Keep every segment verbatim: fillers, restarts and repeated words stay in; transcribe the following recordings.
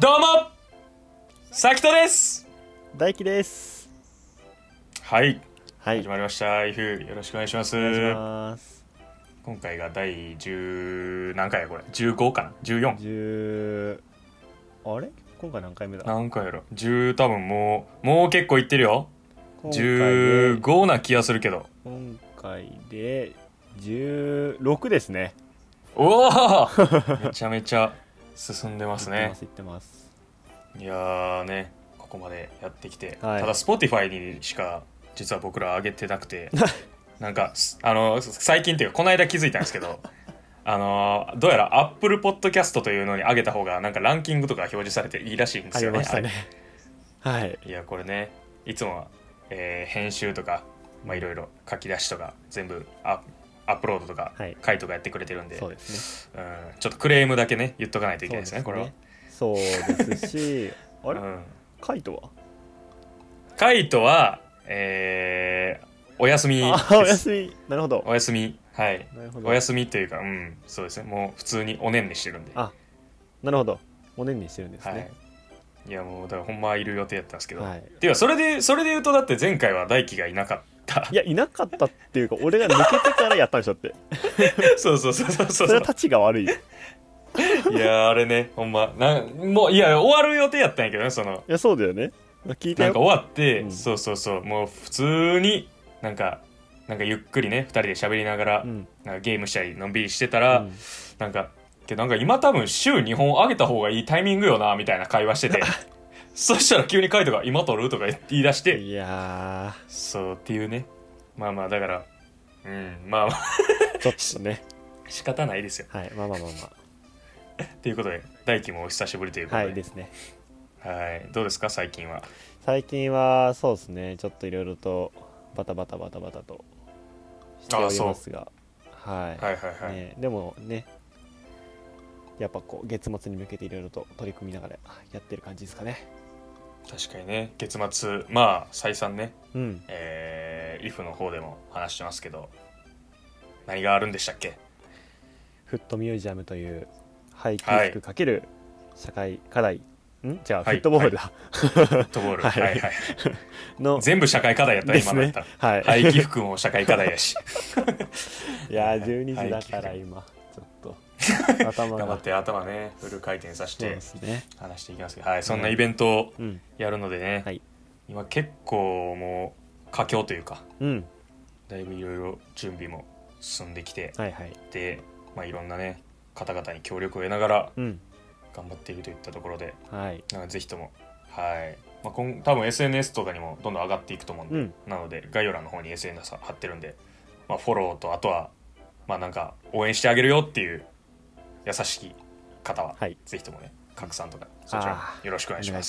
どうもさきとです。 大輝です。 はい、 はい、 始まりました。イフよろしくお願いします。 お願いします。 今回が第じゅう何回やこれじゅうごかなじゅうよん。 じゅうあれ今回何回目だ。 何回やろじゅう多分もうもう結構いってるよ。 今回じゅうごな気がするけど。 今回でじゅうろくですね。 おおめちゃめちゃ進んでますね。 いってますいってます。 いやーねここまでやってきて、 はい、 ただ Spotify にしか実は僕ら上げてなくてなんかあの最近っていうかこの間気づいたんですけどあのどうやら Apple Podcast というのに上げた方がなんかランキングとか表示されていいらしいんですよね。 ありましたね。はい。 いやこれねいつもは、えー編集とかまあいろいろ書き出しとか全部アアップロードとか、 はい、 書いとかやってくれてるんで、 そうですね、 うん、ちょっとクレームだけね言っとかないといけないですね、これは。 そうですしあれ、うん、カイトはカイトはえー、お休みです。 あお休み。なるほど。 お休み。はい。 なるほど。 お休みというか、うん、そうですね。もう普通におねんねしてるんで。 あ、なるほど。おねんねしてるんですね。 はい。いやもうだからほんまいる予定やったんですけど。 はい。 ていうかそれでそれで言うとだって前回は大輝がいなかった。 いやいなかったっていうか俺が抜けてからやったんでしょって。 そうそうそうそうそう。 それはタチが悪いよ。 いやあれねほんまなんもういや終わる予定やったんやけどねその。 いやそうだよね。聞いてよ。 なんか終わって、 うん、 そうそうそうもう普通になんかなんかゆっくりねふたりで喋りながら、うん、なんかゲームしたりのんびりしてたら、うん、なんかけどなんか今多分週にほん上げた方がいいタイミングよなみたいな会話しててそしたら急にカイトが今撮るとか言い出して、 いやーそうっていうね。まあまあだからうんまあまあちょっとね仕方ないですよ。 はいまあまあまあまあということで大輝もお久しぶりということで。 はいですね。 はいどうですか最近は。 最近はそうですねちょっといろいろとバタバタバタバタとしておりますが、はい、 はいはいはい、 ね、でもねやっぱこう月末に向けていろいろと取り組みながらやってる感じですかね。 確かにね月末まあ再三ね、 うんえー、イフの方でも話してますけど何があるんでしたっけ。 フットミュージアムという廃棄服×社会課題、はい、んじゃあ、はい、フットボールだ、はい、 フットボールはいはいはいの全部社会課題やったら、ね、今のやったら、はい、廃棄服も社会課題やしいやじゅうにじだから今ちょっと頭が頑張って頭ねフル回転させて話していきますけど、はい、そんなイイベントをやるのでね、 うんはい、 今結構もう佳境というか、 うん、 だいぶいろいろ準備も進んできて、 はいはい、 で、まあ、いろんなね方々に協力を得ながら頑張っているといったところで、 うん、はい、 なんかぜひとも、はいまあ、今多分 エスエヌエス とかにもどんどん上がっていくと思うんで、うん、なので概要欄の方に エスエヌエス 貼ってるんで、まあ、フォローとあとはまあなんか応援してあげるよっていう優しき方は、はい、ぜひともね拡散とかそちらもよろしくお願いします。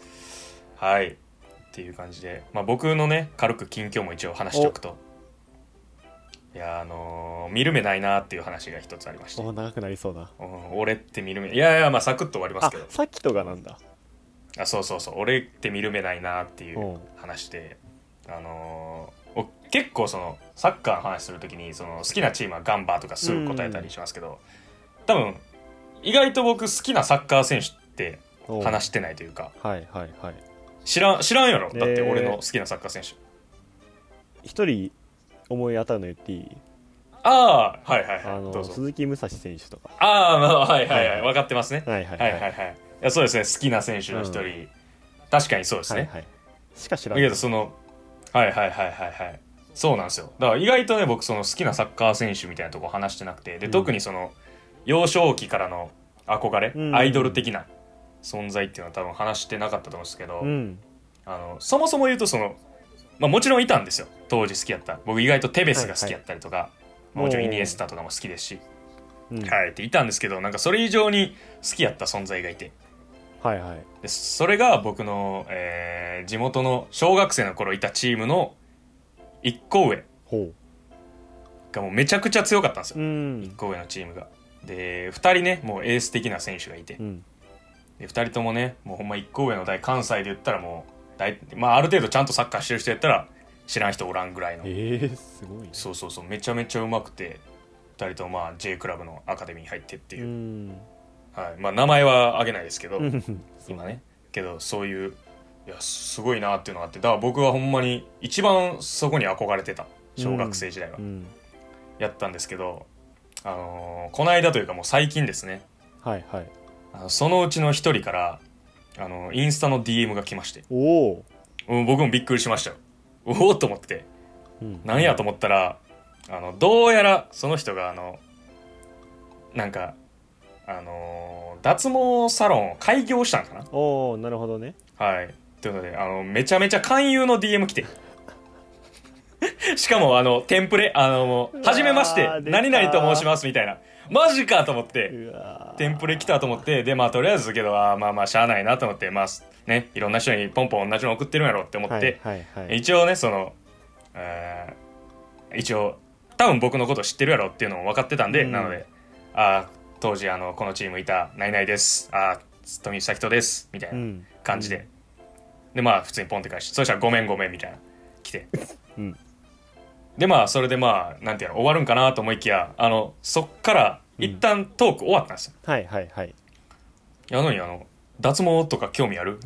はいっていう感じで、まあ、僕のね軽く近況も一応話しておくと、いやあのー、見る目ないなっていう話が一つありまして。 お長くなりそうだ、 うん、俺って見る目いやいやまあサクッと終わりますけど。 あさっきとかなんだ。 あそうそうそう俺って見る目ないなっていう話で、あのー、結構そのサッカーの話するときにその好きなチームはガンバーとかすぐ答えたりしますけど、多分意外と僕好きなサッカー選手って話してないというか、 はいはいはい、 知らん知らんやろだって俺の好きなサッカー選手一人思い当たるの言っていい？ ああはいはいはい、 あのどうぞ。鈴木武蔵選手とか。 ああ、まあ、はいはいはい、はい、分かってますね。 はいはいはい、はいはいはい、 いやそうですね好きな選手の一人、うん、確かにそうですね、はいはい、 しか知らないだけどそのはいはいはいはいはいそうなんですよ。だから意外とね僕その好きなサッカー選手みたいなとこ話してなくてで、うん、特にその幼少期からの憧れ、うん、アイドル的な存在っていうのは多分話してなかったと思うんですけど、うん、あのそもそも言うとその、まあ、もちろんいたんですよ当時好きやった僕意外とテベスが好きやったりとか、はいはい、もちろんイニエスタとかも好きですし、うん、はいっていたんですけどなんかそれ以上に好きやった存在がいて、 はいはい、 でそれが僕の、えー、地元の小学生の頃いたチームのいっこ上がもうめちゃくちゃ強かったんですよ、うん、いっこ上のチームが。でふたりねもうエース的な選手がいて、うん、でふたりともねもうほんまいっこ上の大関西で言ったらもう大、まあ、ある程度ちゃんとサッカーしてる人やったら知らん人おらんぐらいの、 えー、すごいね。 そうそうそうめちゃめちゃうまくてふたりともまあ J クラブのアカデミーに入ってっていう、うん、 はい、まあ名前は挙げないですけど今今ね、けどそういういやすごいなっていうのがあって、だから僕はほんまに一番そこに憧れてた小学生時代は、 うん、 やったんですけど、あのー、この間というかもう最近ですね、 はいはい、 あのそのうちの一人からあのインスタの ディーエム が来まして、 おお、 僕もびっくりしましたよ。おおと思って、うん、なんやと思ったら、あのどうやらその人があのなんかあのー、脱毛サロンを開業したんかな。 おお、なるほどね。 はい、というのであのめちゃめちゃ勧誘の ディーエム 来てしかもあのテンプレあのもう初めまして何々と申しますみたいな、マジかと思って、テンプレ来たと思って、でまあとりあえずけどあまあまあしゃあないなと思って、まあねいろんな人にポンポン同じの送ってるんやろって思って、 はいはいはい、 一応ねその、えー、一応多分僕のこと知ってるやろっていうのも分かってたんで、うん、なのであ当時あのこのチームいたナイナイです、あ富久人ですみたいな感じで、うん、でまあ普通にポンって返して、そしたらごめんごめんみたいな来て、うん、でまあそれでまあなんていうの終わるんかなと思いきや、あのそっから一旦トーク終わったんですよ、 うん、はいはいはい。 やのにあの脱毛とか興味ある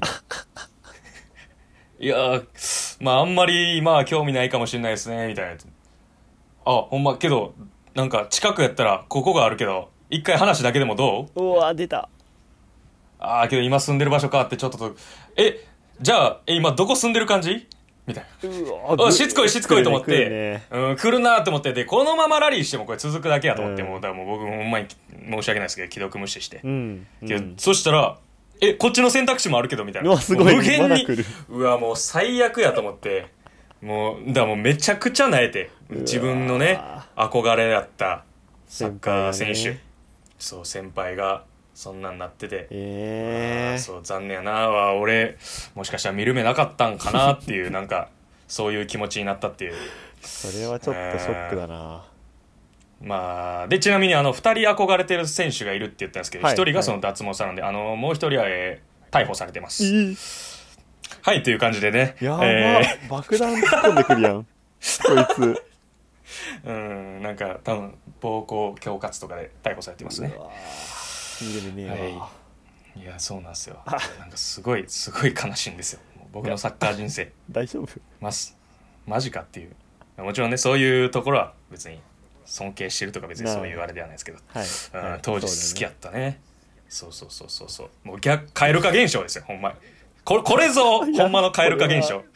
いやまああんまりまあ興味ないかもしれないですねみたいなやつ、あほんまけどなんか近くやったらここがあるけど一回話だけでもどう？ うわ出た。 ああけど今住んでる場所変わってちょっととえじゃあえ今どこ住んでる感じみたいな、うわしつこいしつこいと思って、来るね、うん、来るなと思って、でこのままラリーしてもこれ続くだけやと思って、うん、もうだからもう僕もほんまに申し訳ないですけど既読無視して、うんうん、そしたらえこっちの選択肢もあるけどみたいな、うわすごい無限に、 ま、 うわもう最悪やと思って、もうだからもうめちゃくちゃ萎えて、自分のね憧れだったサッカー選手、そう先輩がそんなんなってて、えー、そう残念やなは俺もしかしたら見る目なかったんかなっていうなんかそういう気持ちになったっていう、 それはちょっとショックだな、 えー、まあでちなみにあのふたり憧れてる選手がいるって言ったんですけど、はい、ひとりがその脱毛サロンで、あのもうひとりは、えー、逮捕されてます、えー、はいという感じでね、 やば、えー、爆弾突っ込んでくるやんこいつうんなんか多分暴行恐喝とかで逮捕されてますね。 見れねえわ、 はい、いやそうなんですよ、なんかすごいすごい悲しいんですよ僕のサッカー人生大丈夫ますマジかっていう、もちろんねそういうところは別に尊敬してるとか別にそういうあれではないですけど、はいうん、当時好きやったね、そうそうそうそうそう、もう逆蛙化現象ですよほんまこれ、これぞほんまの蛙化現象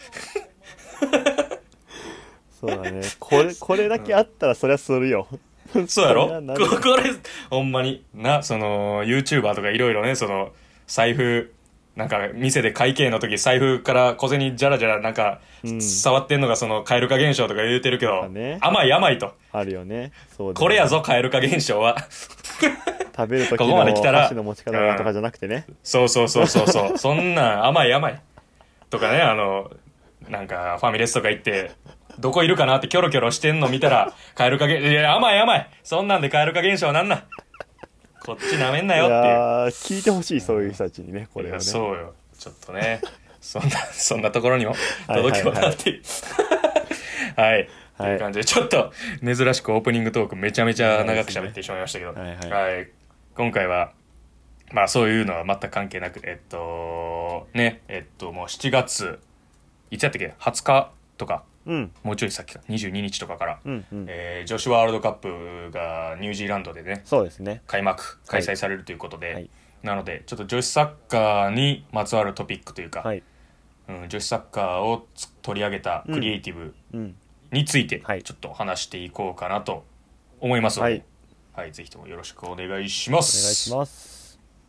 そうだね、これこれだけあったらそりゃするよ、 うん、そうやろこ, これほんまにな、その YouTuber とかいろいろね、その財布なんか店で会計の時財布から小銭ジャラジャラなんか触ってんのがその蛙化現象とか言うてるけど、ね、甘い甘いとあるよね、そうだね、 これやぞ蛙化現象は食べる時の箸の持ち方とかじゃなくてね、 うん、そうそうそうそうそうそんなん甘い甘いとかね、あのなんかファミレスとか行ってどこいるかなってキョロキョロしてんの見たら蛙化現象、いや甘い甘いそんなんで蛙化現象なんなんこっちなめんなよっていう、いや聞いてほしいそういう人たちにね、これはね、 そうよちょっとねそんなそんなところにも届けばなっていうはい、はい、という感じでちょっと珍しくオープニングトークめちゃめちゃ長く喋ってしまいましたけど、はいはいはい、今回はまあそういうのは全く関係なく、えっとねえっともうしちがついつやったっけはつかとか、うん、もうちょい先かにじゅうににちとかから、うんうんえー、女子ワールドカップがニュージーランドでね、 そうですね、 開幕開催されるということで、はい、なのでちょっと女子サッカーにまつわるトピックというか、はいうん、女子サッカーを取り上げたクリエイティブについてちょっと話していこうかなと思いますので、はいはい、ぜひともよろしくお願いします。 お願いします。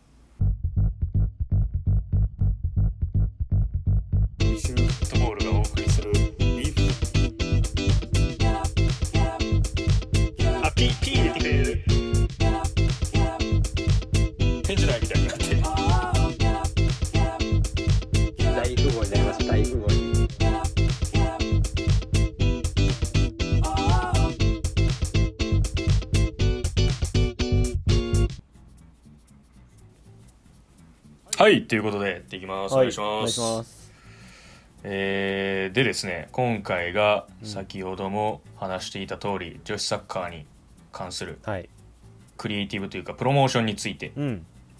ミスフットボールがお送りするあ、ピー、ピー入れてくれるペンチライみたいになって大富豪になりました。大富豪にはいということでやっていきます、はい、お願いします。 お願いします。 えー、でですね今回が先ほども話していた通り、うん、女子サッカーに関するクリエイティブというかプロモーションについてちょ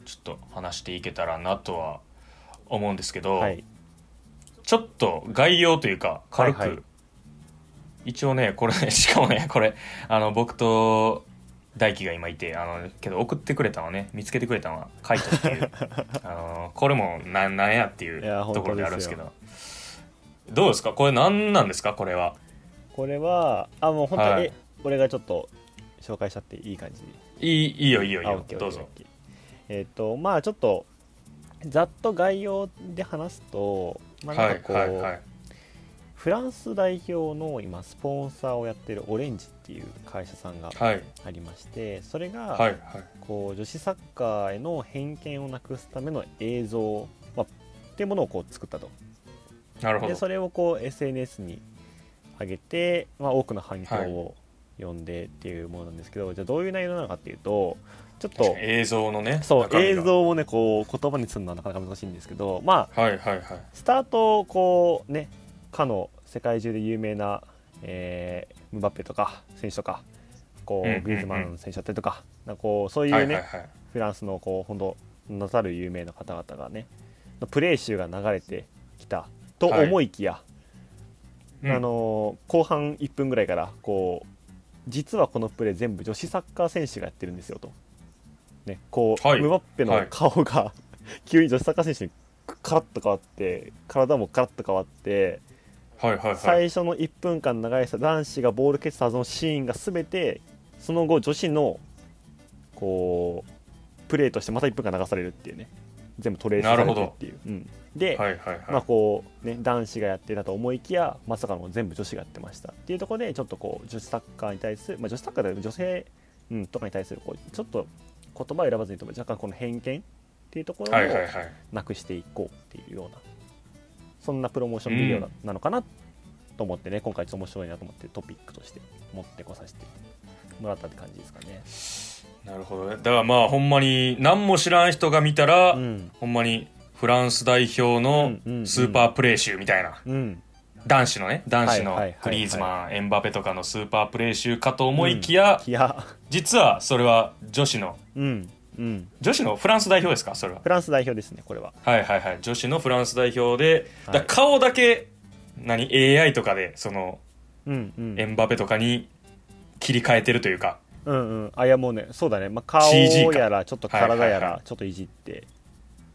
ちょっと話していけたらなとは思うんですけど、 はい、 ちょっと概要というか軽く、 はいはい、 一応ねこれねしかもねこれあの僕と大輝が今いて、あのけど送ってくれたのはね、見つけてくれたのはカイトっていうあのこれもななんやっていうところであるんですけど、どうですかこれ、何なんですかこれは。 これはあもう本当に、 はい、 え俺がちょっと紹介しちゃっていい感じ？ いいいいよいいよいいよ、 あオッケーどうぞ。 オッケー。えっ、とまあちょっとざっと概要で話すと、まあ、なんかこう、 はいはいはい、 フランス代表の今スポンサーをやってるオレンジっていう会社さんがはいありまして、それが、 はいはい、 こう女子サッカーへの偏見をなくすための映像、まあ、っていうものをこう作ったと。 なるほど。 でそれをこう エスエヌエス に上げて、まあ、多くの反響を呼んでっていうものなんですけど、はい、じゃあどういう内容なのかっていうと、ちょっと映像のね、 そう映像をねこう言葉にするのはなかなか難しいんですけど、まあ、 はいはいはい、 スタートこうね、かの世界中で有名な、えー、ムバッペとか選手とかこう、うんうんうん、グリーズマン選手だったりとか、なんかこうそういうね、はいはいはい、フランスのこう本当名だたる有名な方々がねプレー集が流れてきたと思いきや、はい、あのー、後半いっぷんぐらいからこう実はこのプレー全部女子サッカー選手がやってるんですよと、ね、こう、はい、ムバッペの顔が、はい、急に女子サッカー選手にカラッと変わって体もカラッと変わって、 はいはいはい、 最初のいっぷんかん流れた男子がボール蹴ってたそのシーンが全てその後女子のこうプレーとしてまたいっぷんかん流されるっていうね、全部トレースされてっていう、うん、で、はいはいはい、まあこうね、男子がやってたと思いきやまさかの全部女子がやってましたっていうところで、ちょっとこう女子サッカーに対する、まあ、女子サッカーで女性、うん、とかに対するこうちょっと言葉を選ばずにと若干この偏見っていうところをなくしていこうっていうような、そんなプロモーションビデオなのかなと思ってね、うん、今回ちょっと面白いなと思ってトピックとして持ってこさせてもらったって感じですかね。 なるほどね。だからまあほんまに何も知らん人が見たら、うん、ほんまにフランス代表のスーパープレー集みたいな、うんうん、男子のね男子のグリーズマン、はいはいはいはい、エンバペとかのスーパープレー集かと思いきや、うん、いや実はそれは女子の、うんうん、女子のフランス代表ですか？それはフランス代表ですね、これは。 はいはいはい、女子のフランス代表で、だ顔だけ何 エーアイ とかでその、うんうん、エンバペとかに切り替えてるというか、 うんうん、あいやもうねそうだね、まあ、顔やらちょっと体やらちょっといじって、はいはいはい、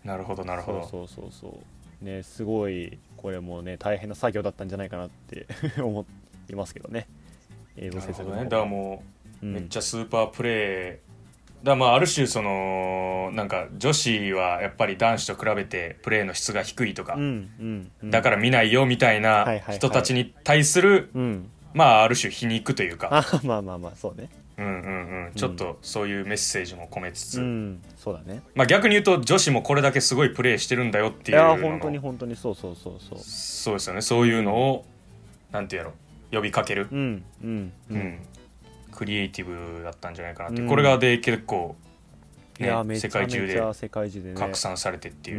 なるほどなるほど、 そうそうそうそうね、すごいこれもね大変な作業だったんじゃないかなって思いますけどね、映像制作の方。 なるほどね。だからもう、うん、めっちゃスーパープレーだ、まあある種そのなんか女子はやっぱり男子と比べてプレーの質が低いとか、うんうんうん、だから見ないよみたいな人たちに対する、はいはいはい、うん、まあある種皮肉というか、 あまあまあまあそうね、 うんうんうん、ちょっとそういうメッセージも込めつつ、うん、 そうだね、 まあ逆に言うと女子もこれだけすごいプレーしてるんだよっていうのの、 いや本当に本当にそうそうそうそうそうですよね、そういうのをなんていうの呼びかける、うんうんうん、うん、クリエイティブだったんじゃないかなって、うん、これがで結構、ね、 いやめちゃめちゃ世界中で世界中でね拡散されてっていう、うん、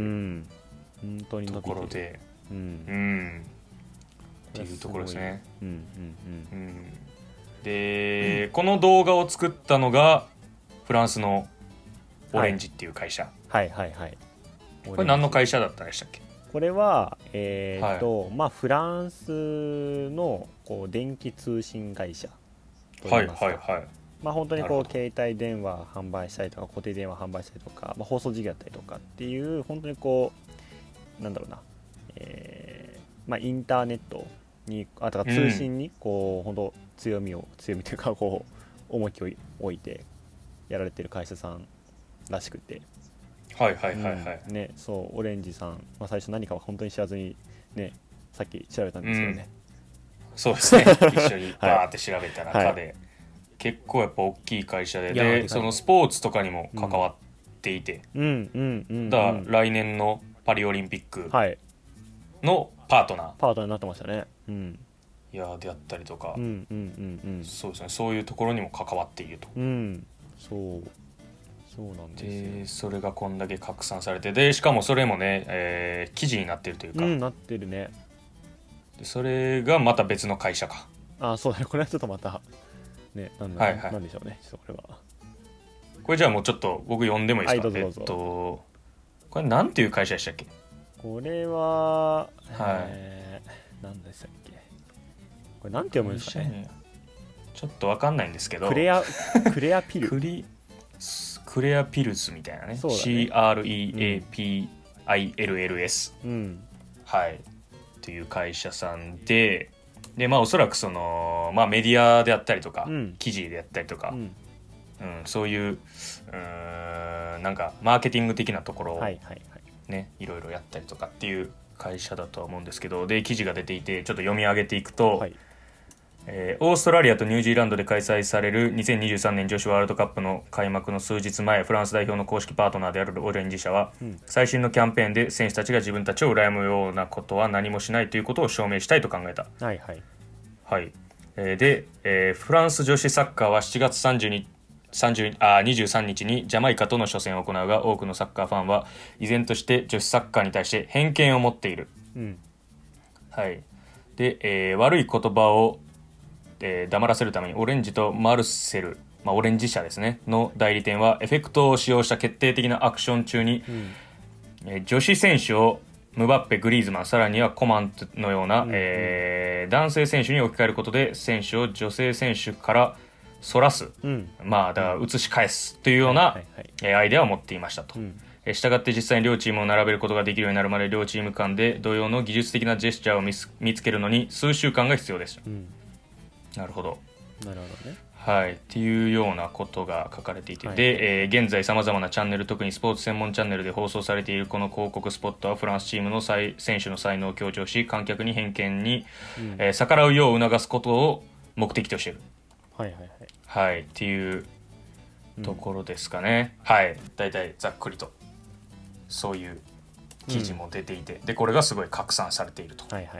本当にところで、うん、うん、っていうところですね。うんうんうんうん、で、うん、この動画を作ったのがフランスのオレンジっていう会社、 はい、はいはいはい。 これ何の会社だったんでしたっけ？ これは、えーとはいまあ、フランスのこう電気通信会社といいますか、はいはいはい、まあ、本当にこう携帯電話販売したりとか固定電話販売したりとか、まあ、放送事業だったりとかっていう本当にこうなんだろうな、えーまあ、インターネットにあとか通信にこう、うん、本当強みを強みというかこう重きを置いてやられてる会社さんらしくて、 はいはいはいはい、 うん、ね、そうオレンジさん、まあ、最初何かは本当に知らずにねさっき調べたんですよね、 うん、そうですね一緒にバーって調べた中で、はい、結構やっぱ大きい会社で、でそのスポーツとかにも関わっていて、うんうんうんうん、だから来年のパリオリンピックのパートナー、 パートナーになってましたね、うん、 いやであったりとか、うんうんうんうん、そうですね、そういうところにも関わっていると、 うん、そうそうなんですよ。 でそれがこんだけ拡散されて、でしかもそれもね、えー、記事になってるというか、 うん、なってるね。 でそれがまた別の会社か、 あ、そうだね、これはちょっとまたね、なんだ、はいはい、なんでしょうね、ちょっとこれはこれじゃあもうちょっと僕読んでもいいですか。 はいどうぞどうぞ。 えっとこれなんていう会社でしたっけ。 これは、 はいえー、何でしたっけ。これなんて読むんですかね。 ちょっとわかんないんですけど、 クレアクレアピルクリクレアピルスみたいなね。 そうだねシーアールイーエーピーアイエルエルエス、 うん、 はいという会社さんで、でまあおそらくそのまあメディアであったりとか、 うん、 記事であったりとか、 うんうん、そういううーんなんかマーケティング的なところをね、 はいはいはい、 いろいろやったりとかっていう会社だとは思うんですけど、で記事が出ていてちょっと読み上げていくと、 はい、 えーオーストラリアとニュージーランドで開催されるにせんにじゅうさんねん女子ワールドカップの開幕の数日前、フランス代表の公式パートナーであるオレンジ社は、 うん、 最新のキャンペーンで選手たちが自分たちを羨むようなことは何もしないということを証明したいと考えた。 はいはい、 はいえーで、えーフランス女子サッカーはしちがつさんじゅうに 30あにじゅうさんにちにジャマイカとの初戦を行うが、多くのサッカーファンは依然として女子サッカーに対して偏見を持っている。 うん、 はいでえー悪い言葉をえー黙らせるためにオレンジとマルセル、まあ、オレンジ社ですねの代理店はエフェクトを使用した決定的なアクション中に、 うんえー女子選手をムバッペ、グリーズマン、さらにはコマンのような、 うんえー男性選手に置き換えることで選手を女性選手からそらす、 うん、 まあだから移し返すというような、 はいはいはい、 えーアイデアを持っていましたと。 うんえー従って実際に両チームを並べることができるようになるまで両チーム間で同様の技術的なジェスチャーを見つ見つけるのに数週間が必要でした。 うん、 なるほど。 なるほどね。 はい、っていうようなことが書かれていて、 はいで、えー現在さまざまなチャンネル、特にスポーツ専門チャンネルで放送されているこの広告スポットはフランスチームの選手の才能を強調し、観客に偏見に、 うんえー逆らうよう促すことを目的としている、 はいはいはい、 はい、っていうところですかね。うん、はいだいたいざっくりとそういう記事も出ていて、うん、でこれがすごい拡散されていると、 はいはいはい、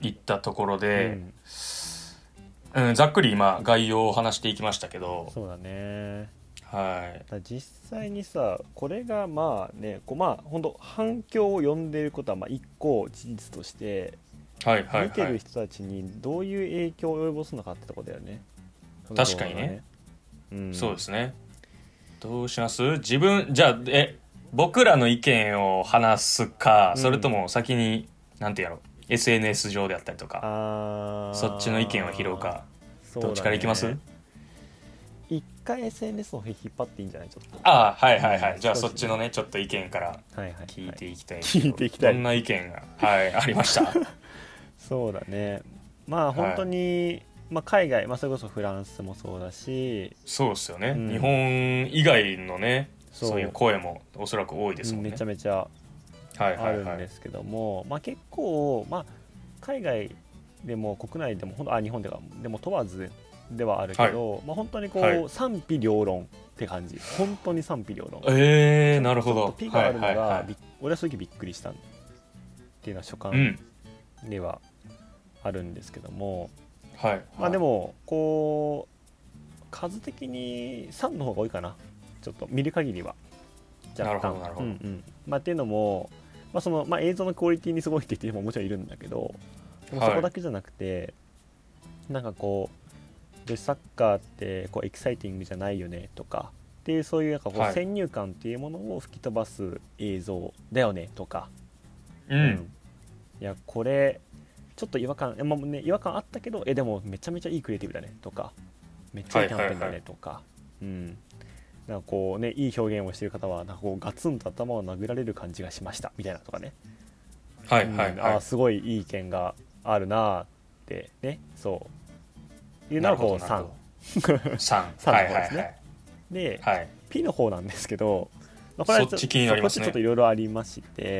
いったところで、 うんうん、ざっくり今概要を話していきましたけど、 そうだね。 はい、 だ実際にさこれがまあねこうまあ本当反響を呼んでいることはまあ一個事実として、 はいはいはい、 見てる人たちにどういう影響を及ぼすのかってとこだよね。 確かにね、 うん、 そうですね。どうします？自分じゃあえ僕らの意見を話すか、 うん、 それとも先になんてやろう エスエヌエス 上であったりとか、 あそっちの意見を拾うか、 そうだね、 どっちからいきます？ 一回 エスエヌエス の方引っ張っていいんじゃないちょっと。 ああはいはいはい、 うん、 じゃあそっちのねちょっと意見から聞いていきたい、 聞いていきたい。 どんな意見が、はい、ありましたそうだね。まあ本当に、はい、まあ、海外、まあ、それこそフランスもそうだし、 そうですよね、 うん、 日本以外のねそう、 そういう声もおそらく多いですもんね。 めちゃめちゃあるんですけども、はいはいはい、まあ、結構、まあ、海外でも国内でもあ日本ではでも問わずではあるけど、はい、まあ、本当にこう、はい、賛否両論って感じ。本当に賛否両論。 えー、なるほど。 ピがあるのが、はいはいはい、俺は正直びっくりしたっていうのは所感ではあるんですけども、 うん、はい、 まあ、でもこう数的にさんの方が多いかな、ちょっと見る限りは。 若干なるほどなるほど、うんうん、 まあ、っていうのも、まあそのまあ、映像のクオリティにすごいって言ってももちろんいるんだけど、でもそこだけじゃなくて、はい、なんかこう女子サッカーってこうエキサイティングじゃないよねとかっていう、そういうなんかこう先入観っていうものを吹き飛ばす映像だよねとか、 うん、うん、 いやこれちょっと違和感、まあね、違和感あったけど、えでもめちゃめちゃいいクリエイティブだねとか、めっちゃいいキャンペーンだねとか、はいはいはい、うん、なんかこうね、いい表現をしている方はなんかこうガツンと頭を殴られる感じがしましたみたいなとかね、 はいはいはい、うん、 あすごいいい意見があるなってね、そういうのはこうさんさんさんの方ですね、はいはいはい、で、はい、P の方なんですけど、まあ、これはそっち気になりますね。 そっちちょっといろいろありまして、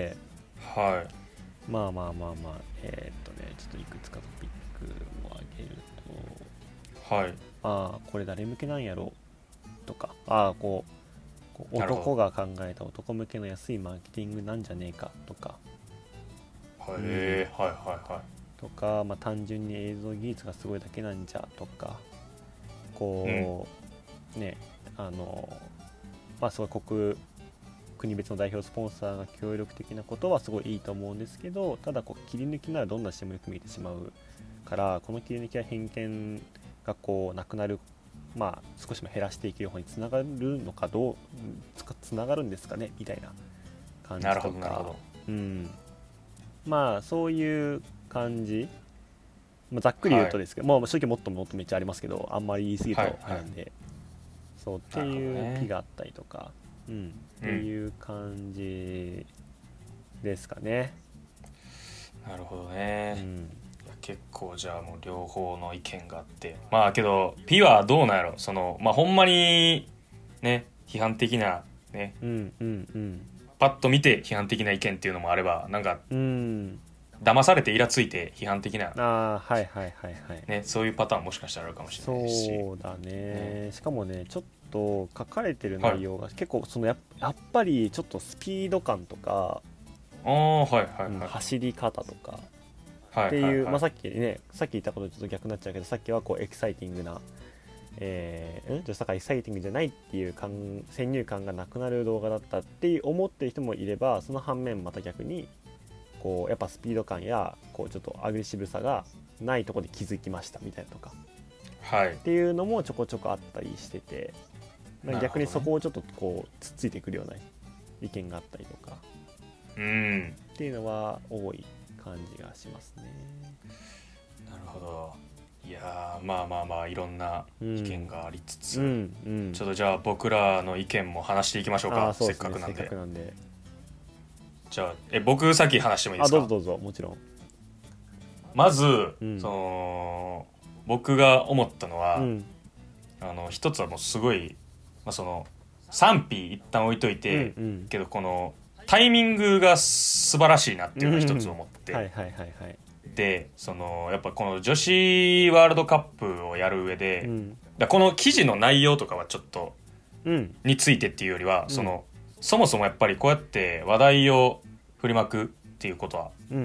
はい、 まあまあまあまあえー、っとねちょっといくつかトピックを挙げると、はい、 ああこれ誰向けなんやろとか、ああこう、こう男が考えた男向けの安いマーケティングなんじゃねえかとか、 はい、うん、はいはいはいとか、まあ、単純に映像技術がすごいだけなんじゃとか、こう、うん、ねあのまあすごい国国別の代表スポンサーが協力的なことはすごいいいと思うんですけど、ただこう切り抜きならどんな視点もよく見えてしまうから、この切り抜きは偏見がこうなくなるまあ、少しも減らしていける方につながるのかどうつかつながるんですかねみたいな感じとか。 なるほどなるほど、 うん、まあそういう感じ、まあ、ざっくり言うとですけど、はい、まあ正直もっともっとめっちゃありますけど、あんまり言い過ぎるとあれなんで、はいはい、そうっていうピがあったりとか、ね、うん、っていう感じですかね。 なるほどね、 うん、 結構じゃあもう両方の意見があって、まあけどピはどうなんやろ、そのまあほんまにね批判的なね、 うんうんうん、 パッと見て批判的な意見っていうのもあれば、なんか、 うん、 騙されてイラついて批判的な、 あ、はいはいはいはいね、そういうパターンもしかしたらあるかもしれないし。 そうだ ね, ねしかもねちょっと書かれてる内容が結構その や, やっぱりちょっとスピード感とか、 ああはいはいはい、 うん、走り方とかはいっていう、 はいはい、 まあ、さっきねさっき言ったこととちょっと逆になっちゃうけど、さっきはこうエキサイティングな、えー、ん女子サッカーエキサイティングじゃないっていう感先入観がなくなる動画だったって思ってる人もいれば、その反面また逆にこうやっぱスピード感やこうちょっとアグレッシブさがないところで気づきましたみたいなとか、 はい、 っていうのもちょこちょこあったりしてて、逆にそこをちょっとこうつっついてくるような意見があったりとか、 うん、 っていうのは多い感じがしますね。 なるほど。いやまあまあまあいろんな意見がありつつ、 うんうん、 ちょっとじゃあ僕らの意見も話していきましょうか。 そうですね、 せっかくなんで。 せっかくなんで。 じゃあえ僕先話してもいいですか。 あ、どうぞどうぞ、もちろん。 まず、 うん、 その僕が思ったのは、 うん、 あの一つはもうすごい、まあ、その賛否一旦置いといて、 うんうん、 けどこのタイミングが素晴らしいなっていうのが一つ思って、 うん、はいはいはいはい。 でそのやっぱこの女子ワールドカップをやる上で、うん、だこの記事の内容とかはちょっと、うん、についてっていうよりは、うん、そのそもそもやっぱりこうやって話題を振りまくっていうことは、うんうんうん、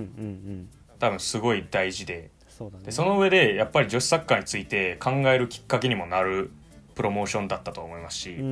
多分すごい大事で、そうだね、でその上でやっぱり女子サッカーについて考えるきっかけにもなるプロモーションだったと思いますし、うん、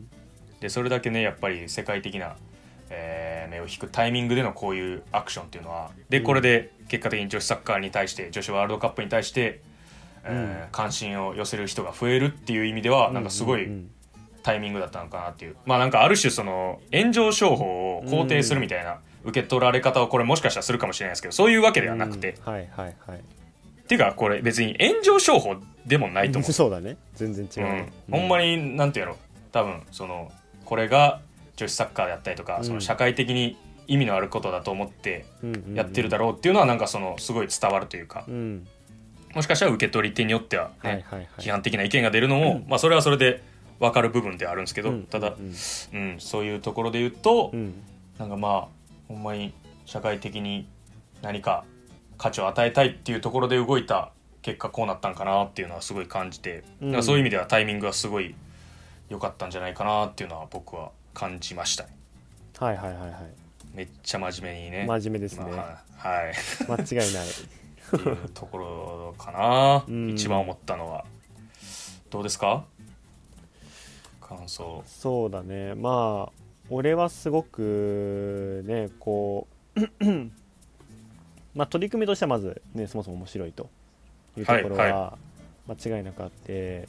でそれだけねやっぱり世界的な、えー、目を引くタイミングでのこういうアクションっていうのはでこれで結果的に女子サッカーに対して女子ワールドカップに対して、うんえー、関心を寄せる人が増えるっていう意味ではなんかすごいタイミングだったのかなっていう、まあなんかある種その炎上商法を肯定するみたいな受け取られ方をこれもしかしたらするかもしれないですけど、そういうわけではなくて、 うん、はいはいはい、 っていうかこれ別に炎上商法でもないと思う。 そうだね、全然違う、ねうん、ほんまになんていうの、多分そのこれが女子サッカーであったりとか、うん、その社会的に意味のあることだと思ってやってるだろうっていうのはなんかそのすごい伝わるというか、うん、もしかしたら受け取り手によっては、ねはいはいはい、批判的な意見が出るのも、うんまあ、それはそれで分かる部分ではあるんですけど、うん、ただ、うんうん、そういうところで言うと、うん、なんかまあほんまに社会的に何か価値を与えたいっていうところで動いた結果こうなったんかなっていうのはすごい感じて、うん、だからそういう意味ではタイミングがすごい良かったんじゃないかなっていうのは僕は感じましたね。 はいはいはいはい。 めっちゃ真面目にね。 真面目ですね。 まあ、はい。 間違いない。 っていうところかな、うん、一番思ったのは。どうですか？感想。 そうだね。まあ俺はすごくねこうまあ取り組みとしてはまずねそもそも面白いというところは間違いなくあって、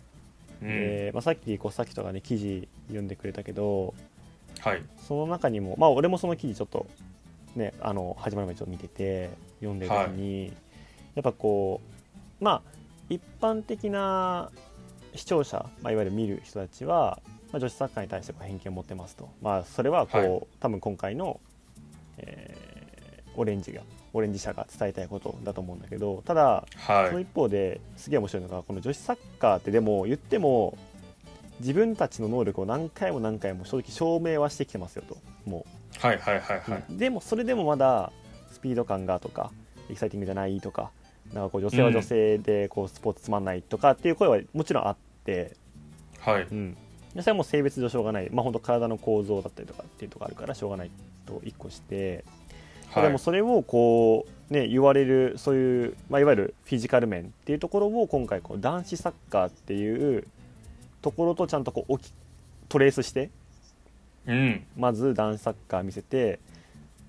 はいはいでまあ、さっきこうさっきとかね記事読んでくれたけど、はい、その中にもまあ俺もその記事ちょっとねあの始まる前にちょっと見てて読んでる時に、はい、やっぱこうまあ一般的な視聴者、まあ、いわゆる見る人たちは、まあ、女子サッカーに対して偏見を持ってますと、まあ、それはこう、はい、多分今回の、えー、オレンジがオレンジ社が伝えたいことだと思うんだけど、ただ、はい、その一方ですげえ面白いのがこの女子サッカーってでも言っても自分たちの能力を何回も何回も正直証明はしてきてますよともう、はいはいはいはい、 うん、でもそれでもまだスピード感がとかエキサイティングじゃないとかなんかこう女性は女性でこうスポーツつまんないとかっていう声はもちろんあって、 はいうん、それはもう性別上しょうがない、まあ、本当体の構造だったりとかっていうところあるからしょうがないと一個して、はい、でもそれをこう、ね、言われるそういう、まあ、いわゆるフィジカル面っていうところを今回こう男子サッカーっていうところとちゃんとこうトレースして、 うん、 まず男子サッカー見せて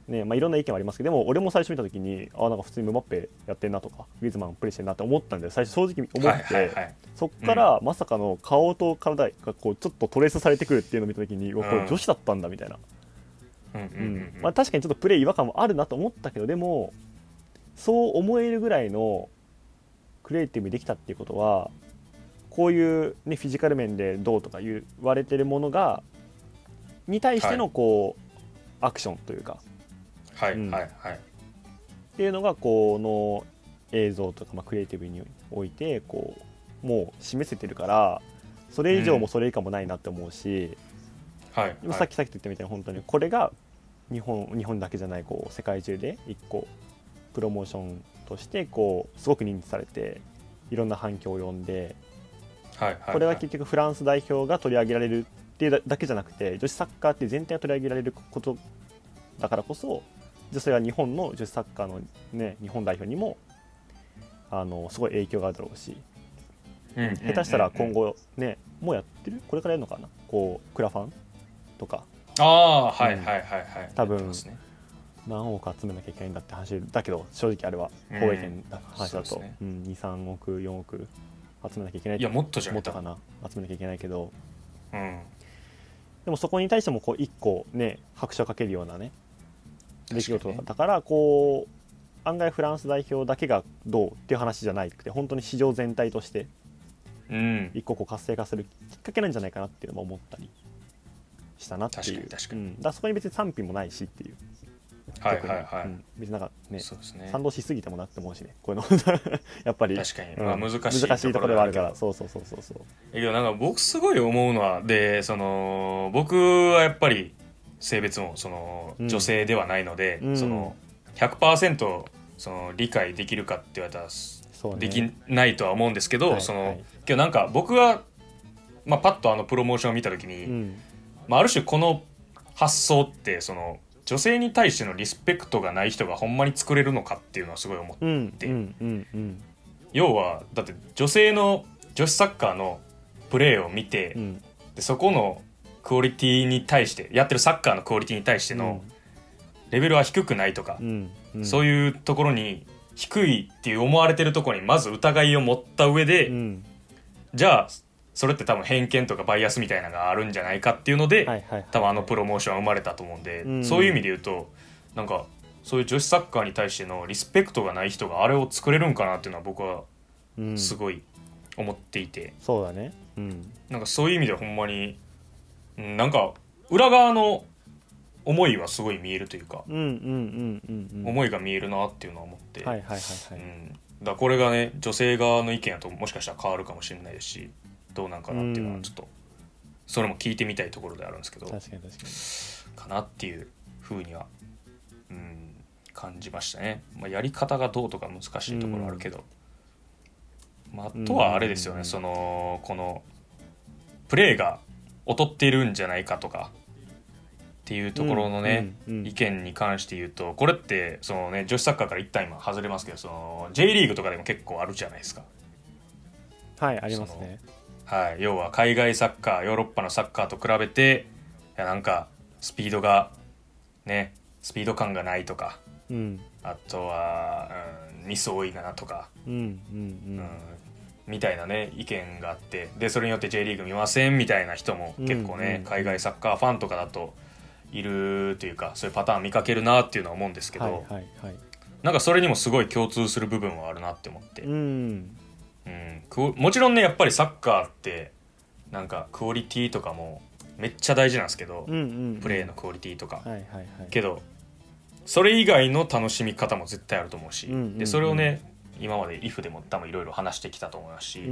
ねまあ、いろんな意見はありますけど、でも俺も最初見た時にあなんか普通にムバッペやってんなとかグリーズマンプレーしてんなって思ったんで最初正直思って、 はいはいはい、 そっからまさかの顔と体がこうちょっとトレースされてくるっていうのを見た時に、うん、これ女子だったんだみたいな、 うんうんうんうんまあ、確かにちょっとプレー違和感もあるなと思ったけど、でもそう思えるぐらいのクリエイティブにできたっていうことはこういう、ね、フィジカル面でどうとか言われてるものがに対してのこう、はい、アクションというか、 はいうんはいはい、 っていうのがこの映像とか、まあ、クリエイティブにおいてこうもう示せてるからそれ以上もそれ以下もないなって思うし、 うんはいはい、 さっきさっき言ったみたいに本当にこれが日本日本だけじゃないこう世界中で一個プロモーションとしてこうすごく認知されていろんな反響を呼んで、 はいはいはい、 これは結局フランス代表が取り上げられるっていうだけじゃなくて女子サッカーっていう全体が取り上げられることだからこそそれは日本の女子サッカーの、ね、日本代表にもあのすごい影響があるだろうし、 うんうんうんうん、 下手したら今後ねもうやってるこれからやるのかなこうクラファンとかああはいはいはいはい、 多分何億集めなきゃいけないんだって話だけど正直あれは放映権の話だと、うんねうん、にさんおくよんおく集めなきゃいけない。 いやもっとじゃないもっとかな集めなきゃいけないけど、 うん、 でもそこに対してもこう一個ね拍車をかけるようなね出来事だからこう案外フランス代表だけがどうっていう話じゃなくて本当に市場全体として一個こう活性化するきっかけなんじゃないかなっていうのも思ったりしたなっていう。 確かに確かに、 うん、だからそこに別に賛否もないしっていう。 はいはいはい、うん、 別になんか ね, そうですね賛同しすぎてもなって思うしねこういうのやっぱり確かに、 うんまあ、難しい難しいところではあるからそうそうそうそうそうえけどなんか僕すごい思うのはでその僕はやっぱり性別もその女性ではないので、うん、その ひゃくパーセント その理解できるかって言われたらそう、ね、 できないとは思うんですけど、 はいその、 はい、 けどなんか僕が、まあ、パッとあのプロモーションを見た時に、 うんまあ、ある種この発想ってその女性に対してのリスペクトがない人がほんまに作れるのかっていうのはすごい思って、 うんうんうんうん、 要はだって女性の女子サッカーのプレーを見て、うん、でそこのクオリティに対してやってるサッカーのクオリティに対してのレベルは低くないとか、 うんうん、 そういうところに低いっていう思われてるところにまず疑いを持った上で、うん、じゃあそれって多分偏見とかバイアスみたいなのがあるんじゃないかっていうので、はいはいはいはい、多分あのプロモーションは生まれたと思うんで、うん、そういう意味で言うとなんかそういう女子サッカーに対してのリスペクトがない人があれを作れるんかなっていうのは僕はすごい思っていて、 うん、そうだね、うん、 なんかそういう意味ではほんまに、うん、なんか裏側の思いはすごい見えるというか、 うんうんうんうんうん、 思いが見えるなっていうのは思って、 はいはいはいはい、 うん、だからこれがね女性側の意見だともしかしたら変わるかもしれないですしどうなんかなっていうのはちょっとそれも聞いてみたいところであるんですけど、 確かに確かにかなっていうふうには、うん、感じましたね、まあ、やり方がどうとか難しいところあるけど、まあ、あとはあれですよね、そのこのプレーが劣っているんじゃないかとかっていうところのね、うんうんうん、意見に関して言うとこれってその、ね、女子サッカーから一旦今外れますけどその J リーグとかでも結構あるじゃないですか。 はいありますね、 はい、要は海外サッカーヨーロッパのサッカーと比べていやなんかスピードがねスピード感がないとか、 うん、 あとは、うん、ミス多いなとか、 うんうんうんうん、みたいなね意見があってでそれによって J リーグ見ませんみたいな人も結構ね、うんうん、海外サッカーファンとかだといるというかそういうパターン見かけるなっていうのは思うんですけど、 はいはいはい、 なんかそれにもすごい共通する部分はあるなって思って、 うんうん、もちろんねやっぱりサッカーってなんかクオリティとかもめっちゃ大事なんですけど、 うんうんうん、 プレーのクオリティとか、 はいはいはい、 けどそれ以外の楽しみ方も絶対あると思うし、 うんうんうん、 でそれをね今まで イフ でも多分いろいろ話してきたと思いますし、 うんうん、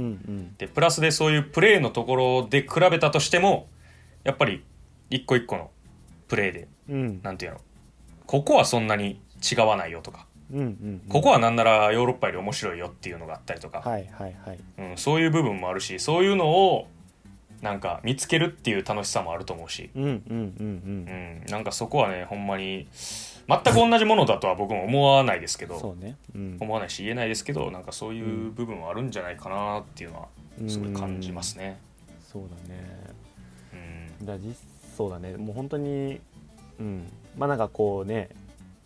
でプラスでそういうプレーのところで比べたとしてもやっぱり一個一個のプレーで、 うん、 なんていうのここはそんなに違わないよとか、 うんうんうん、 ここはなんならヨーロッパより面白いよっていうのがあったりとか、 はいはいはいうん、そういう部分もあるしそういうのをなんか見つけるっていう楽しさもあると思うし、 うんうんうんうんうん、なんかそこはねほんまに全く同じものだとは僕も思わないですけど、 そうね、うん、 思わないし言えないですけどなんかそういう部分はあるんじゃないかなっていうのはすごい感じますね、 うん、そうだね、 うん、 だ実そうだねもう本当にうんまあなんかこうね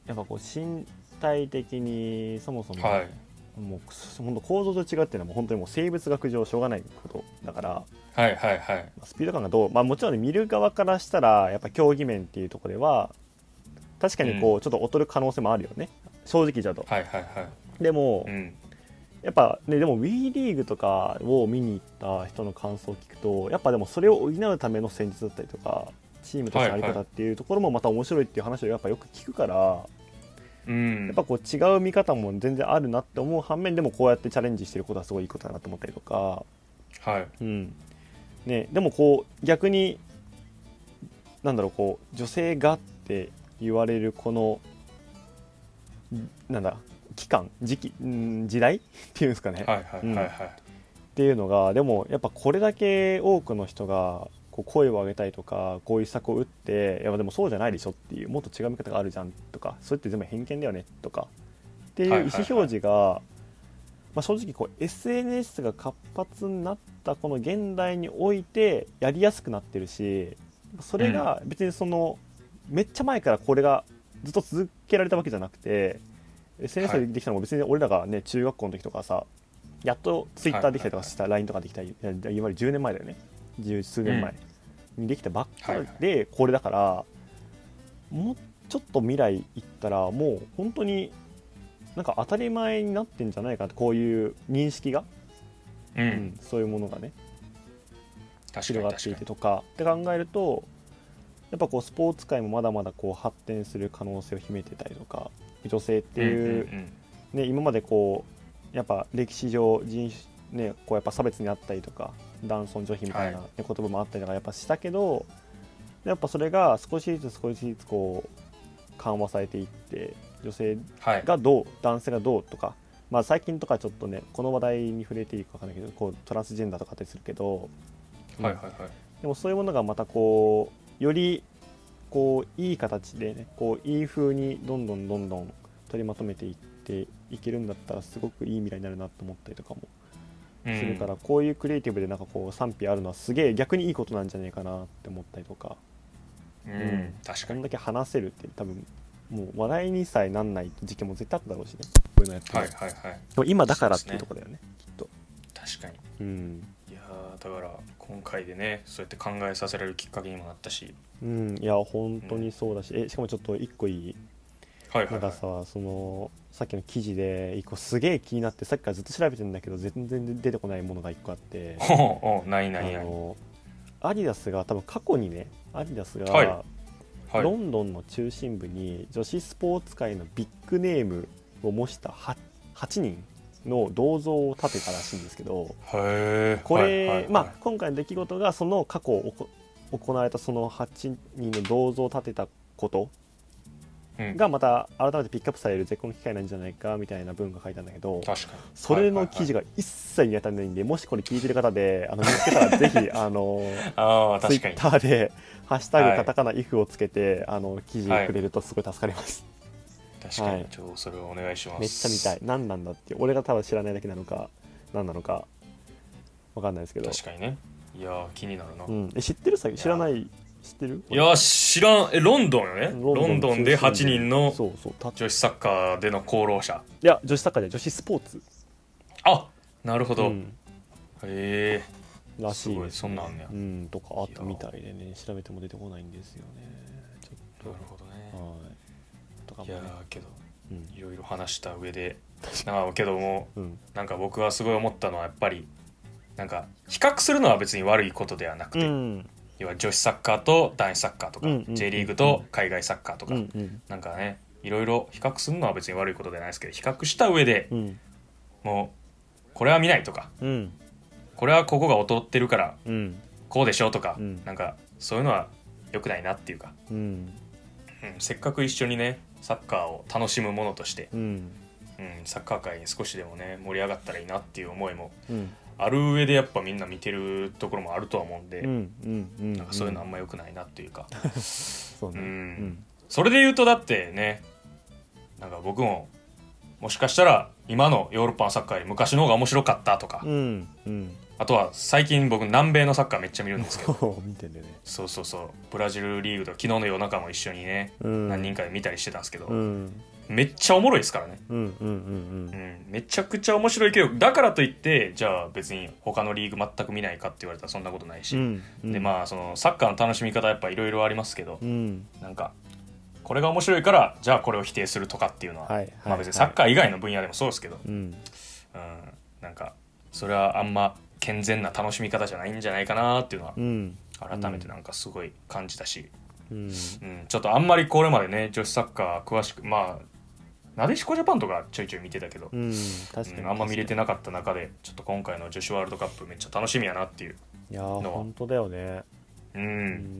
やっぱこう身体的にそもそも、 はい、 もう本当構造と違うっていうのはもう本当にもう生物学上しょうがないことだから、 はいはいはい、 スピード感がどう、まあ、もちろん、ね、見る側からしたらやっぱ競技面っていうところでは確かにこう、うん、ちょっと劣る可能性もあるよね、正直じゃと。 はいはいはい、 でも、 うん、 やっぱね、でも WE リーグとかを見に行った人の感想を聞くと、やっぱでもそれを補うための戦術だったりとかチームとしての在り方っていうところもまた面白いっていう話をやっぱよく聞くから、 うん、 やっぱこう違う見方も全然あるなって思う反面でもこうやってチャレンジしてることはすごいいいことだなと思ったりとか、 はい、 うんね、でもこう逆になんだろう、こう女性がって言われるこのなんだ期間時期ん時代っていうんですかね、 はいはいはいはい、うん、 っていうのがでもやっぱこれだけ多くの人がこう声を上げたいとかこういう施策を打っていやでもそうじゃないでしょっていうもっと違う見方があるじゃんとかそれって全部偏見だよねとかっていう意思表示が、はいはいはい、まあ、正直こう エスエヌエス が活発になったこの現代においてやりやすくなってるし、それが別にその、うん、めっちゃ前からこれがずっと続けられたわけじゃなくて エスエヌエス でできたのも別に俺らがね中学校の時とかさやっと Twitter できたりとかした ライン とかできたり、いわゆるじゅうねんまえだよね、十数年前にできたばっかでこれだから、もうちょっと未来行ったらもう本当になんか当たり前になってんじゃないかって、こういう認識が、 うんうん、 そういうものがね広がっていてとかって考えるとやっぱこうスポーツ界もまだまだこう発展する可能性を秘めてたりとか、女性っていう、うんうんうんね、今までこうやっぱ歴史上人種、ね、こうやっぱ差別にあったりとか男尊女卑みたいな、ね、はい、言葉もあったりとかやっぱしたけど、やっぱそれが少しずつ少しずつこう緩和されていって女性がどう、はい、男性がどうとか、まあ、最近とかちょっとねこの話題に触れていいか分からないけどこうトランスジェンダーとかあったりするけど、 はいはいはい、 でもそういうものがまたこうよりこういい形でねこういい風にどんどんどんどん取りまとめていっていけるんだったらすごくいい未来になるなと思ったりとかもするから、うん、こういうクリエイティブでなんかこう賛否あるのはすげえ逆にいいことなんじゃないかなって思ったりとか、 うんうん、確かにこんだけ話せるって多分もう話題にさえなんない時期も絶対あっただろうしね、こういうのやってる、 はいはいはい、 でも今だからっていうところだよね、きっと。 確かに、 うん、 いやだから今回でねそうやって考えさせられるきっかけにもなったし、 うん、いや本当にそうだし、うん、えしかもちょっと一個いい、はいはいはい、なんかさそのさっきの記事で一個すげえ気になってさっきからずっと調べてるんだけど全然出てこないものが一個あって、 おおないないない、 あのアディダスが多分過去にねアディダスが、 はいはい、 ロンドンの中心部に女子スポーツ界のビッグネームを模した はちにんの銅像を建てたらしいんですけど、 へこれ、 はいはいはい、 まあ、今回の出来事がその過去行われたそのはちにんの銅像を建てたことがまた改めてピックアップされる絶好の機会なんじゃないかみたいな文が書いたんだけど、 確かにそれの記事が一切見当たらないんで、もしこれ聞いてる方であの見つけたらぜひあのあツイッターでハッシュタグカタカナイフをつけて、はい、あの記事くれるとすごい助かります、 はい、確かに、ちょっとそれをお願いします。 めっちゃ見たい。何なんだって俺が多分知らないだけなのか何なのか分かんないですけど、 確かにね、いや気になるな、 うん、え知ってる？さ知らない？知ってる？ いや知らん。えロンドンよね。ロンドン、ロンドンではちにんの女子サッカーでの功労者。 いや女子サッカーで女子スポーツ。 あなるほど、うん、 へえらしい、ね、 すごいそんなんあんねや、 うん、とかあったみたいでね、調べても出てこないんですよね。 ちょっとなるほどね、 はいとかもね、 いやけど、 うん、 いろいろ話した上でなんかけども、うん、なんか僕はすごい思ったのはやっぱりなんか比較するのは別に悪いことではなくて、うん、要は女子サッカーと男子サッカーとか、うんうんうん、J リーグと海外サッカーとか、うんうん、なんかねいろいろ比較するのは別に悪いことではないですけど、比較した上で、うん、もうこれは見ないとか、うん、これはここが劣ってるからこうでしょうとか、うん、なんかそういうのは良くないなっていうか、うんうん、せっかく一緒にねサッカーを楽しむものとして、うんうん、サッカー界に少しでもね盛り上がったらいいなっていう思いもある上でやっぱみんな見てるところもあるとは思うんで、うんうんうんうん、なんかそういうのあんま良くないなっていうかそうね、うんうん、それで言うとだってねなんか僕ももしかしたら今のヨーロッパのサッカーより昔の方が面白かったとか、うんうん、 あとは最近僕南米のサッカーめっちゃ見るんですけど見てんだよね。 そうそうそうブラジルリーグと昨日の夜中も一緒にね、うん、何人かで見たりしてたんですけど、うん、めっちゃおもろいですからね、うんうんうんうんうん、めちゃくちゃ面白いけどだからといってじゃあ別に他のリーグ全く見ないかって言われたらそんなことないし、うんうん、でまあそのサッカーの楽しみ方やっぱいろいろありますけど、うん、なんかこれが面白いからじゃあこれを否定するとかっていうのは、はいはいはい、まあ別にサッカー以外の分野でもそうですけど、うんうん、なんかそれはあんま健全な楽しみ方じゃないんじゃないかなっていうのは、うん、改めてなんかすごい感じたし、うんうん、ちょっとあんまりこれまでね女子サッカー詳しくまあなでしこジャパンとかちょいちょい見てたけど、うん、確かに、うん、あんま見れてなかった中でちょっと今回の女子ワールドカップめっちゃ楽しみやなっていうのは。いや本当だよね、うん、うん、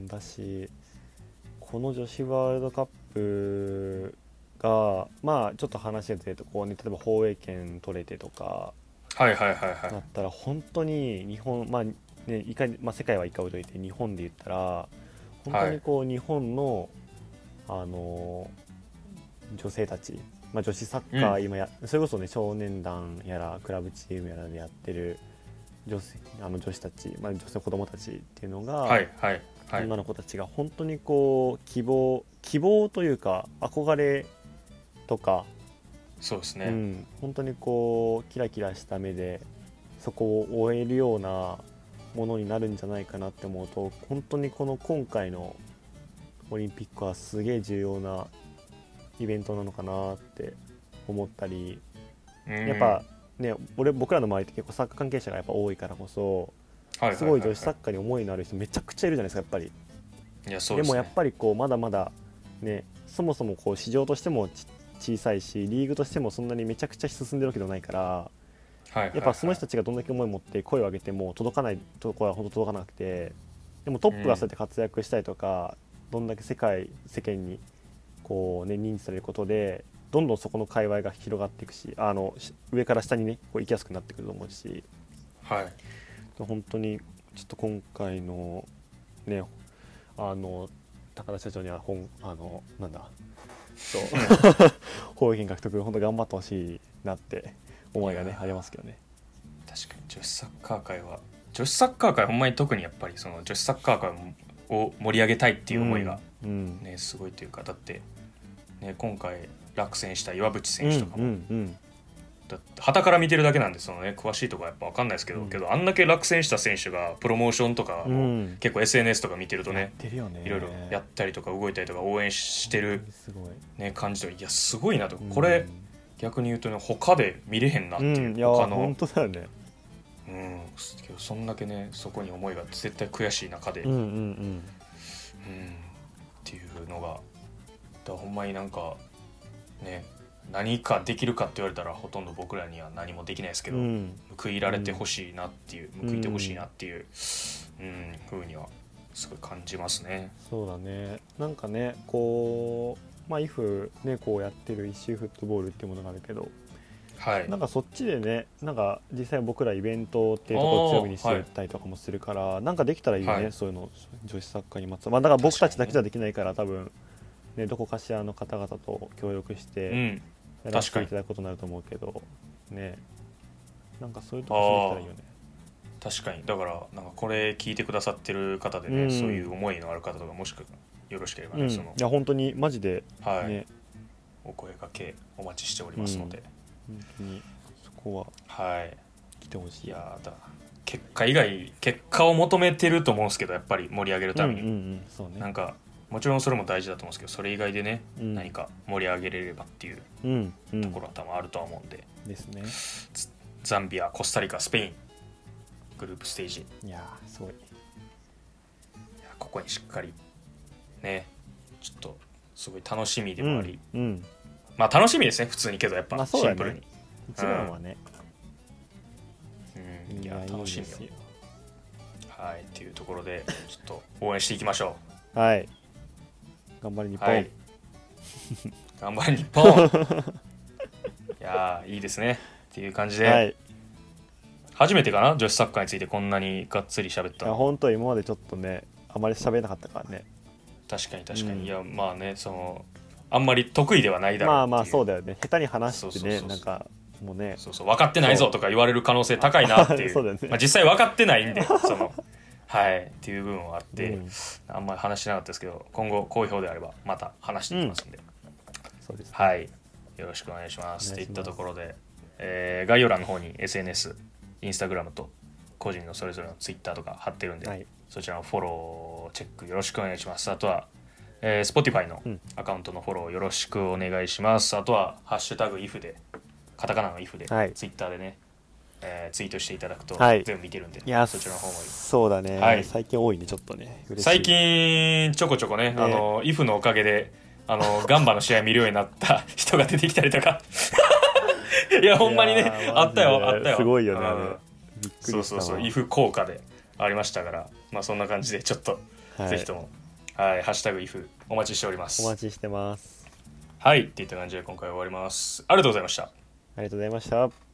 だしこの女子ワールドカップがまあちょっと話がずれてこう、ね、例えば放映権取れてとかはいはいはいはいだったら本当に日本まあねいかにまあ世界はいか置いといて日本で言ったら本当にこう、はい、日本のあの女性たち、まあ、女子サッカー今や、うん、それこそね少年団やらクラブチームやらでやってる女性あの女子たち、まあ、女性の子供たちっていうのが、はいはいはい、女の子たちが本当にこう希望希望というか憧れとかそうですね、 うん、本当にこうキラキラした目でそこを終えるようなものになるんじゃないかなって思うと本当にこの今回のオリンピックはすげえ重要なイベントなのかなって思ったり、やっぱね俺僕らの周りって結構サッカー関係者がやっぱ多いからこそすごい女子サッカーに思いのある人めちゃくちゃいるじゃないですかやっぱり。 いやそうですね、 でもやっぱりこうまだまだねそもそもこう市場としてもち小さいしリーグとしてもそんなにめちゃくちゃ進んでるわけではないから、はいはいはい、やっぱその人たちがどんだけ思いを持って声を上げても届かないところは本当届かなくて、でもトップがそうやって活躍したりとか、うん、どんだけ世界世間にこう、ね、認知されることでどんどんそこの界隈が広がっていくしあの上から下にねこう行きやすくなってくると思うし、はい、本当にちょっと今回のねあの高田社長には本あのなんだそう放映権獲得本当頑張ってほしいなって思いがねありますけどね。 確かに女子サッカー界は女子サッカー界ほんまに特にやっぱりその女子サッカー界を盛り上げたいっていう思いが、ねうんうん、すごいというかだって、ね、今回落選した岩渕選手とかも、うんうんうんだって旗から見てるだけなんでその、ね、詳しいところはやっぱ分かんないですけど、うん、けどあんだけ落選した選手がプロモーションとかも、うん、結構 エスエヌエス とか見てるとねいろいろやったりとか動いたりとか応援してる、ね、感じでいやすごいなと、うん、これ逆に言うとね他で見れへんなっていう、うん、いや他の本当だよね、 うん、そんだけねそこに思いが絶対悔しい中で、うんうんうんうん、っていうのがだからほんまになんかね何かできるかって言われたらほとんど僕らには何もできないですけど、うん、報いられてほしいなっていう、うん、報いてほしいなっていう、うんうん、風にはすごい感じますね。 そうだねなんかねこうまあ イフ ねこうやってるイシューフットボールっていうものがあるけど、はい、なんかそっちでねなんか実際僕らイベントっていうところを強みにしていったりとかもするから、はい、なんかできたらいいよね、はい、そういうの女子サッカーにまつわる、まあ、だから僕たちだけじゃできないから多分ねどこかしらの方々と協力して、うんやらせていただくことになると思うけどねなんかそういうところしてできたらいいよね。 確かにだからなんかこれ聞いてくださってる方でね、うん、そういう思いのある方とかもしくはよろしければね、うん、そのいや本当にマジで、ねはい、 お声掛けお待ちしておりますので、 うん、本当にそこははい来てほしい。 いやだ結果以外結果を求めてると思うんですけどやっぱり盛り上げるために、うんうんうんそうね、なんかもちろんそれも大事だと思うんですけどそれ以外でね、うん、何か盛り上げれればっていうところは多分あるとは思うんで、 うんうん、ですね。 ザンビアコスタリカスペイングループステージいやすごいいやここにしっかりねちょっとすごい楽しみでもあり、うんうん、まあ楽しみですね普通にけどやっぱシンプルに、 まあね、一番はね、 うん、いや楽しみよはいっていうところでちょっと応援していきましょうはい頑張り日本、はい、 頑張り日本いやいいですねっていう感じで、はい、初めてかな女子サッカーについてこんなにがっつり喋ったの。 いや本当今までちょっとねあまり喋れなかったからね。 確かに確かに、うん、いやまあねそのあんまり得意ではないだろうっていう。 まあまあそうだよね下手に話してねなんかもうねそうそう分かってないぞとか言われる可能性高いなっていうそうだよねまあ、実際分かってないんでそのはいっていう部分はあって、 うん、 あんまり話してなかったですけど今後好評であればまた話していきますんで、うん、 そうです、ね、 はいよろしくお願いしますっていったところで、えー、概要欄の方に エスエヌエス インスタグラムと個人のそれぞれのツイッターとか貼ってるんで、はい、そちらのフォローチェックよろしくお願いします。あとは、えー、Spotify のアカウントのフォローよろしくお願いします、うん、あとはハッシュタグ イフ でカタカナの イフ で、はい、ツイッターでね、えー、ツイートしていただくと全部見てるんで、 はい、 そちらの方もいいそうだね、はい、最近多いねちょっとね嬉しい最近ちょこちょこね、ねあの イフ のおかげであのガンバの試合見るようになった人が出てきたりとかいやほんまにねあったよあったよすごいよね、うんびっくりしたそうそうそう イフ 効果でありましたから、まあ、そんな感じでちょっと、はい、ぜひとも、はい、ハッシュタグ イフ お待ちしております。 お待ちしてます。 はいっていった感じで今回終わります。ありがとうございました。ありがとうございました。